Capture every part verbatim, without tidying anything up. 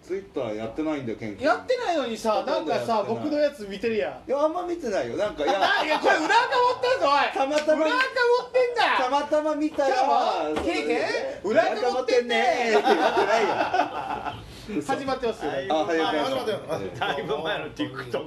ツイッターやってないんだよ、ケンケン。 やってないのにさ、なんかさ僕のやつ見てるやん。 いやあんま見てないよ。なんかいやいやこれ裏垢持ってんぞおい。 たまたま裏垢持ってんだ。 たまたま見たらケンケン裏垢持ってんねやってないよ。 始まってますよ。 あ、始ま始まってる。 る。 だいぶ前の TikTok。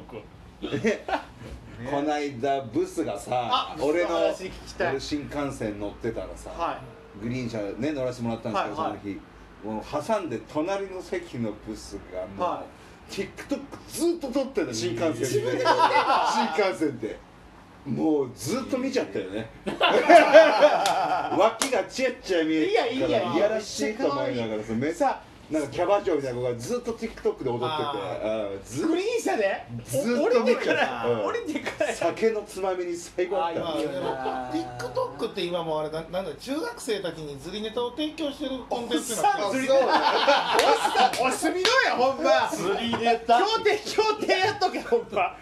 こないだブスがさあ、 俺のその話聞きたい俺新幹線乗ってたらさ、 はグリーン車ね乗らせてもらったんですけど、 はいはいその日もう挟んで隣の席のブスがもう、 は TikTok ずっと撮ってる新幹線で自分で撮ってんの新幹線でもうずっと見ちゃったよね脇がチラッチラ見えいいやいいやてからいやらしいと思いながらさめさなんかキャバ嬢みたいな子がずっと TikTok で踊ってて、あずっグリーン車でずっと降りて見てるからうん降りてから酒のつまみに最後あったまあでもいいよな TikTok って今もあれだなんだ中学生たちに釣りネタを提供してるコンテンツになってる。 おっさん釣りネタおっさんおすみろやほんま釣りネタ。 協定協定やっとけほんま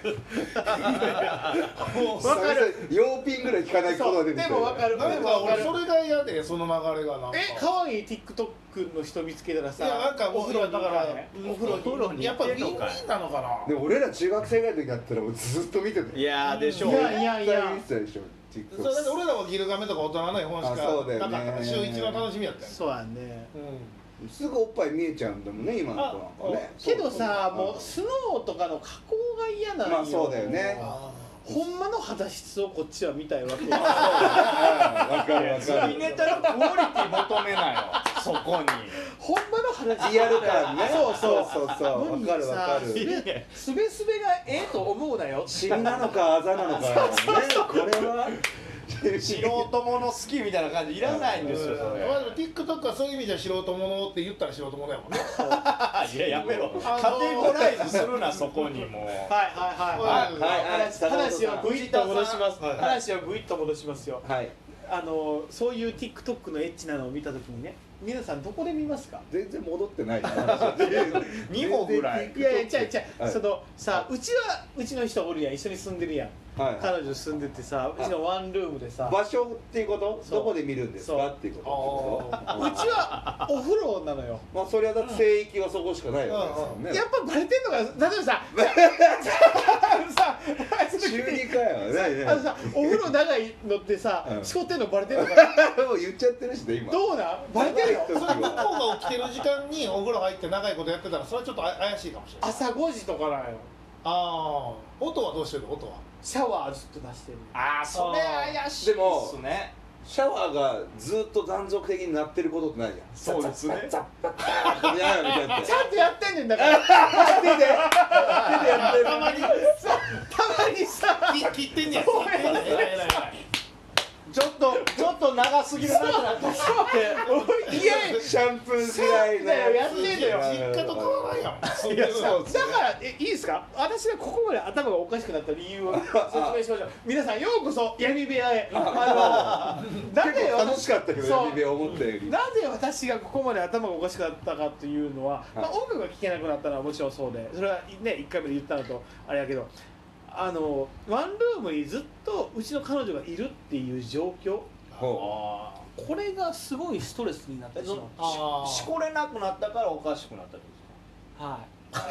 わかる用品ぐらい聞かないことが出てきたでもわかるなんでもわかるか俺それが嫌でその流れがなんか。 え可愛い TikTok の人見つけたらさいやなんかお風呂にだからお風呂にお風呂にやっぱウィンウィンなのかな。 でも俺ら中学生ぐらいの時だったらもうずっと見てたよいやーでしょう。 いやいやいや絶対見てたでしょ TikTok そうだって俺らはギルガメとか大人の絵本しかあそうだよねなかったから週一の楽しみやったよ。 そうやねうん。 すぐおっぱい見えちゃうんだもんね今の子なんかねけどさもうスノーとかの加工が嫌なんよまあそうだよねあほんまの肌質をこっちは見たいわけよわかるわ釣かるりネタのクオリティ求めなよ。そこに。 ほんまの肌質リアル感ねそうそうそうそうそうわかるわかるすべすべすべがええと思うなよシミなのかあざなのかねこれは素人もの好きみたいな感じいらないんですよ。それ。 まあでも TikTok はそういう意味じゃ素人ものって言ったら素人ものやもんね。 いややめろ。カテゴライズするなそこにもう。 はいはいはいはいはい話話をグイッと戻しますはい話をグイッと戻しますよはいあのそういう TikTok のエッチなのを見たときにね皆さんどこで見ますか全然戻ってないにほぐらいいやいや違う違う、 はいそのさうちはうちの人おるやん一緒に住んでるやんはい彼女住んでてさうちのワンルームでさ場所っていうことそうどこで見るんですそうかっていうことあうちはお風呂なのよまあそれはだって聖域はそこしかないわけですもんねやっぱバレてんのか例えばさあのさ中二かよ何あのさお風呂長いのってさうんしこってんのバレてんのかなもう言っちゃってるしね今どうなんバレてるよそれ向こうが起きてる時間にお風呂入って長いことやってたらそれはちょっとあ怪しいかもしれない。 朝ごじとかなんよああ音はどうしてるの音は。 シャワーずっと出してるああそれ怪しいでもっすね。 シャワーがずっと断続的になってることってないじゃんそうですね。 ザッザッザッザッみたいなみたいなちゃんとやってんねんだから手で手でやってるたまにたまにさき切ってんねや。切ってんねや。偉い偉い偉いちょっとちょっと長すぎるなってなって。 いやいやシャンプーぐらいのややってんだよ実家と変わらんやん。そういやいうだからえいいですか私がここまで頭がおかしくなった理由を説明しましょう皆さんようこそ闇部屋へあのなぜ結構楽私しかったけどそう闇部屋思ったよりなぜ私がここまで頭がおかしくなったかというのは、まあ、音楽が聴けなくなったのはもちろんそうでそれはねいっかいめで言ったのとあれやけどあのワンルームにずっとうちの彼女がいるっていう状況ほあこれがすごいストレスになってしまうあーしこれなくなったからおかしくなったってことですか。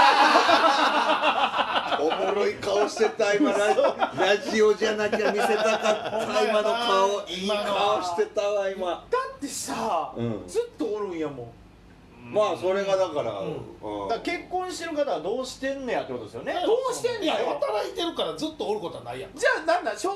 はいおもろい顔してた今ララジオじゃなきゃ見せたかった今の顔いい顔してたわ今だってさ、 うんずっとおるんやもんまあそれがだから、 うんうんだから結婚してる方はどうしてんねやってことですよね。 どうしてんねいややよ働いてるからずっとおることはないやん。 じゃあなんだしょ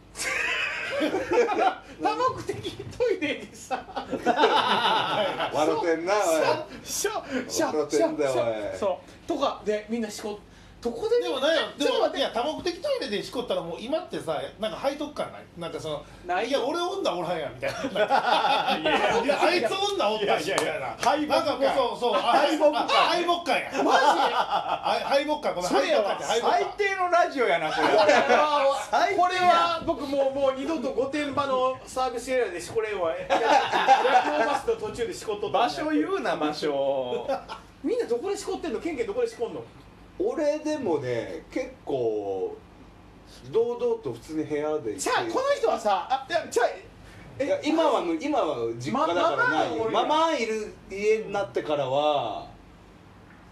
多目的トイレにさ笑ってんなしょしょ笑ってんだよしょおいそうとかでみんなしこどこででもなんやでちょっと待ってもいや多目的トイレでしこったらもう今ってさなんか背徳感ないなんかそのないいや俺女おらんやんみたいないやいやあいつ女おったしみたいな敗北なんかもうそうそう敗北感敗北感やマあ敗北感このそれやわ敗北感って敗北最感低のラジオやなこれ。 ジこれは最低やこれは僕もうもう二度と御殿場のサービスエリアでしこれんわ夜行バスの途中でしこっとった場所言うな場所。 みんなどこでしこってんのケンケンどこでしこんの俺でもね結構堂々と普通に部屋でじゃあこの人はさあいやじゃあいや今はもう今は実家だからないよまママがおるやんママいる家になってからは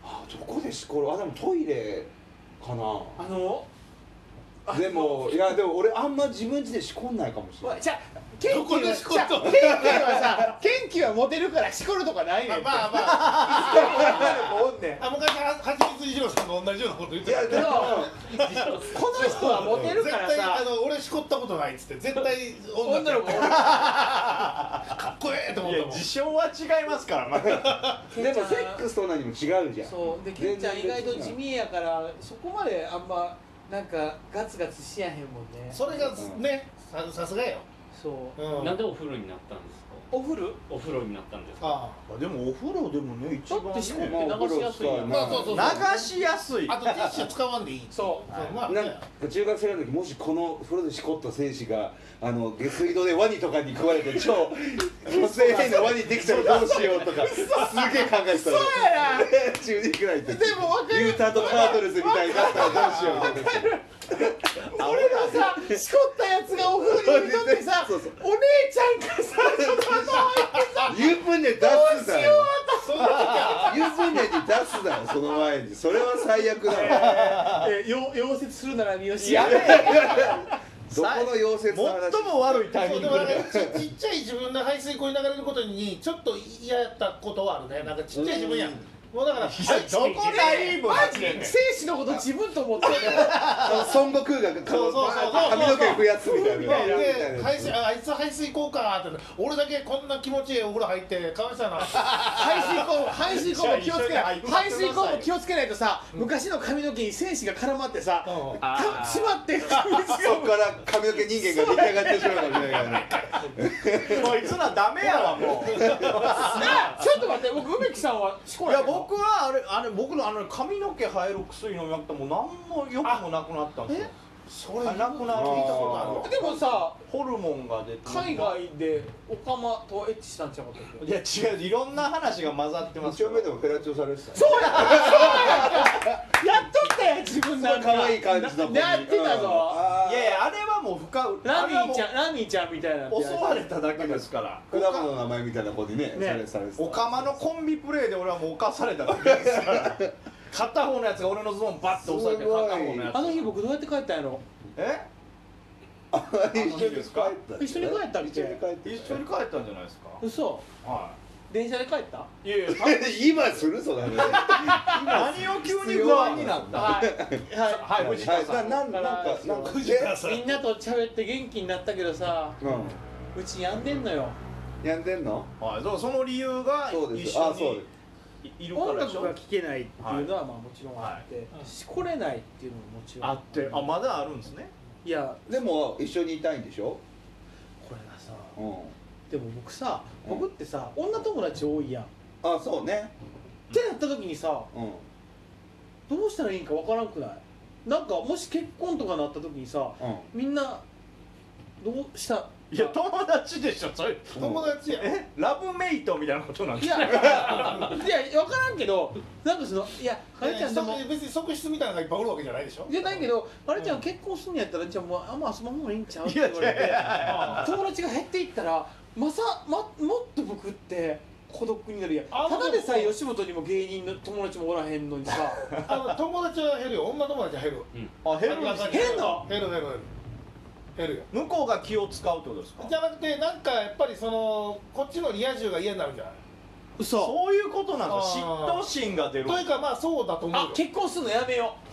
あどこでしこるあでもトイレかなあのでもいやでも俺あんま自分家でしこんないかもしれないじゃあケンキはどこでしこっとじゃあケンキはさケンキはモテるからしこるとかないねんってまあまあ女の子おんねんあ昔ははちみつ二郎さんが同じようなこと言ってたいやでもこの人はモテるから絶対あさの俺しこったことないっつって絶対女の子おるかっこええと思いやったもん事象は違いますからまだでもセックスと何も違うじゃんそうでケンちゃん意外と地味やからそこまであんまなんかガツガツしやへんもんねそれがねささすがよ、 そううん、 なんでお風呂になったんですか。 お風呂お風呂になったんですか。 ああでもお風呂でもね一番だってしこってね流しやすいやんまあそうそう流しやすいあとティッシュ使わんでいいそうそうまあなんねか中学生の時もしこの風呂でしこった選手があの下水道でワニとかに食われて超女性変なワニできたらどうしようとかすげえ考えてたのそうやな中二くらいってでも分かるユータとタートルズみたいになったらどうしようみたいな俺がさしこったやつがお風呂にいるとってさそうそうお姉ちゃんがさちょっと頭湯船出すだよ湯船に出すだよその前にそれは最悪だわえーよ溶接するなら三好やめどこの溶接の話最も悪いタイそうでもなんミングでかちちっちゃい自分の排水溝に流れることにちょっと嫌やったことはあるねなんかちっちゃい自分や、もうだからどこナイーブマジなってんねん生死のこと自分と思ってるあの孫悟空がそうそうそう髪の毛増やすみたいなでね排水ああいつ排水溝かって俺だけこんな気持ちいいお風呂入ってかわいそうやな排水溝排水溝も気をつけない一緒に入ってください排水溝も気をつけないとさ昔の髪の毛に精子が絡まってさうんたしまってそっから髪の毛人間が出来上がってしまうかもしれないからねこいつらダメやわもうあちょっと待って僕梅木さんはしこいやらへんの僕はあれあれ僕のあの髪の毛生える薬飲みなくても何の良くもなくなったんですよそれあなくなる聞いたことあるでもさホルモンが出て海外でオカマとエッチしたんちゃうかったっけいや違ういろんな話が混ざってます一丁目でもフェラチオされてたそうやそうややっとったよ自分なんか可愛い感じの子にやってたぞあーいやいやあれはもう深うラミーちゃんんラミーちゃんみたいな襲われただけですから果物の名前みたいな子にねねされされてたオカマのコンビプレーで俺はもう犯されただけですから片方のやつが俺のズボンバッと押さえてすごい片方のやつあの日僕どうやって帰ったんやろえ一緒に帰った一緒に帰ったっけ一緒に帰って一緒に帰ったんじゃないですか嘘は電車で帰ったいいやいや今するそれ何を急に不安になったはいははい藤田さんはいななんなんかなんか藤田さんいみんなと喋って元気になったけどさううち病んでんのよんやんでんのはいだからその理由がそうで一緒すあそうにでいいるか音らでしょ楽が聴けないっていうのはまあもちろんあってはいしこれないっていうのももちろんあってあまだあるんですねいやすでも一緒にいたいんでしょこれがさうんでも僕さうん僕ってさ女友達多いやんっあそうねてなった時にさうんどうしたらいいんかわからんくないなんかもし結婚とかなった時にさうんみんなどうしたいや友達でしょそれ友達やえラブメイトみたいなことなんですかいやいや分からんけどなんかそのいやあれちゃんでも別に側室みたいなのがいっぱいおるわけじゃないでしょじゃないけどあれちゃん結婚するんやったらじゃあもうあんま遊ばん方がいいんちゃうっていや言われていやいや友達が減っていったらまさまもっと僕って孤独になるやんあただでさえ吉本にも芸人の友達もおらへんのにさあの友達は減るよ女友達は減るあ減るんですね減んの減る減る減る減るよ向こうが気を使うってことですかじゃなくてなんかやっぱりそのこっちのリア充が嫌になるんじゃない嘘そういうことなんですかあー嫉妬心が出るというかまあそうだと思うよあ結婚するのやめよ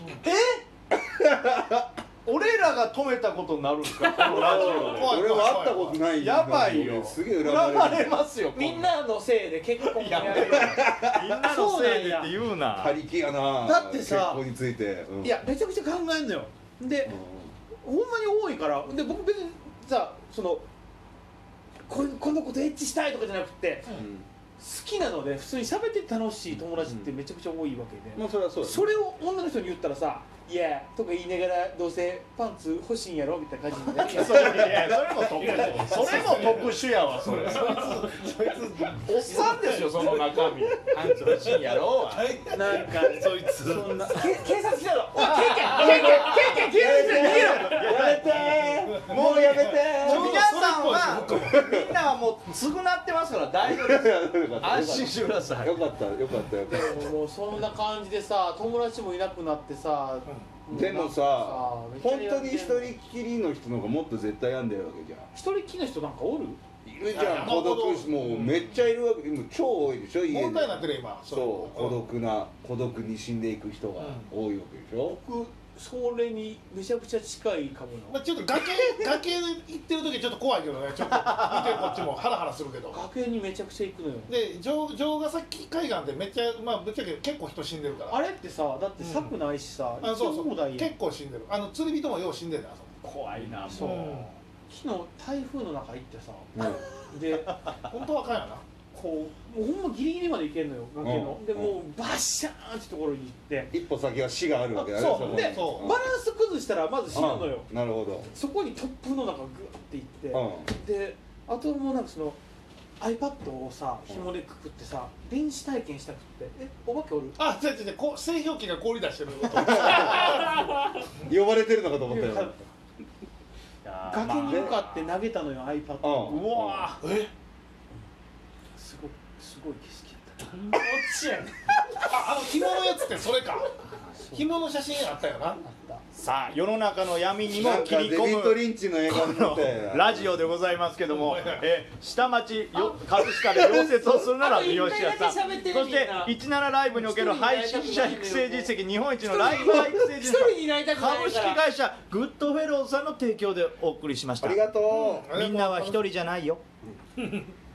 俺らが止めたことになるんですかこのラジオで怖い俺は会ったことないんだやばいよすげえ恨恨まれるまれますようみんなのせいで結婚やめようみんなのせいでって言うな張り気やなだってさ結婚についてうんいやめちゃくちゃ考えんのよでうほんまに多いからで僕別にさそのここの子とエッチしたいとかじゃなくて好んうんきなので普通に喋って楽しい友達ってめちゃくちゃ多いわけで、 まあそれはそうだねそれを女の人に言ったらさ「いや」とか言いながらどうせパンツ欲しいんやろみたいな感じになるそれいやそれも特殊それも特殊やわそれそいつそいつおっさんですよその中身パンツ欲しいんやろなんかそいつそんなけ警察来たぞおいケンケンケンケンケンケン警察来た逃げろやめてーもうやめてー皆さんもまあみんなはもう償ってますから大丈夫です安心してください。 よかったよかったよかっもうそんな感じでさ友達もいなくなってさ、 たでもさ本当に一人きりの人の方がもっと絶対病んでるわけじゃん。 一人きりの人なんかおる？ いるじゃん孤独もうめっちゃいるわけ。今超多いでしょ家で。 問題になってる今そう孤独な孤独に死んでいく人が多いわけでしょ。 僕それにめちゃくちゃ近いかもな。 まあちょっと崖崖行ってる時ちょっと怖いけどねちょっと見てこっちもハラハラするけど崖にめちゃくちゃ行くのよ。 で城城ヶ崎海岸でめっちゃまあぶっちゃけ結構人死んでるからあれってさだって柵ないしさ、 あそうそう行き放題やん結構死んでるあの釣り人もよう死んでるねあそこ怖いなそう、 うん昨日台風の中行ってさうんで本当はあかんやなこうもうほんまギリギリまで行けんのよ崖の、 うんでもうバッシャーンってところに行って一歩先は死があるわけだね。 そうでそうバランス崩したらまず死ぬのよ。 なるほど。 そこに突風の中グーって行って、 うんであともうなんかその iPad をさ紐でくくってさ電子体験したくってえお化けおるあ違う違う違うこう製氷機が氷出してる呼ばれてるのかと思ったよ。 崖に向かって投げたのよ iPad をうんうわえすごいすごい景色やったどっちやねん。 ああの紐のやつってそれか紐の写真あったよなさあ世の中の闇にもなんかデビ切り込ッド・むリンチの映画になったよラジオでございますけども、えー下町よ葛飾で溶接をするなら三好屋さん、そしていちななライブにおける配信者育成実績日本一のライバー育成一実人になりたくない株式から会社グッドフェローズさんの提供でお送りしました。 ありがとう。 みんなは一人じゃないよ。 うん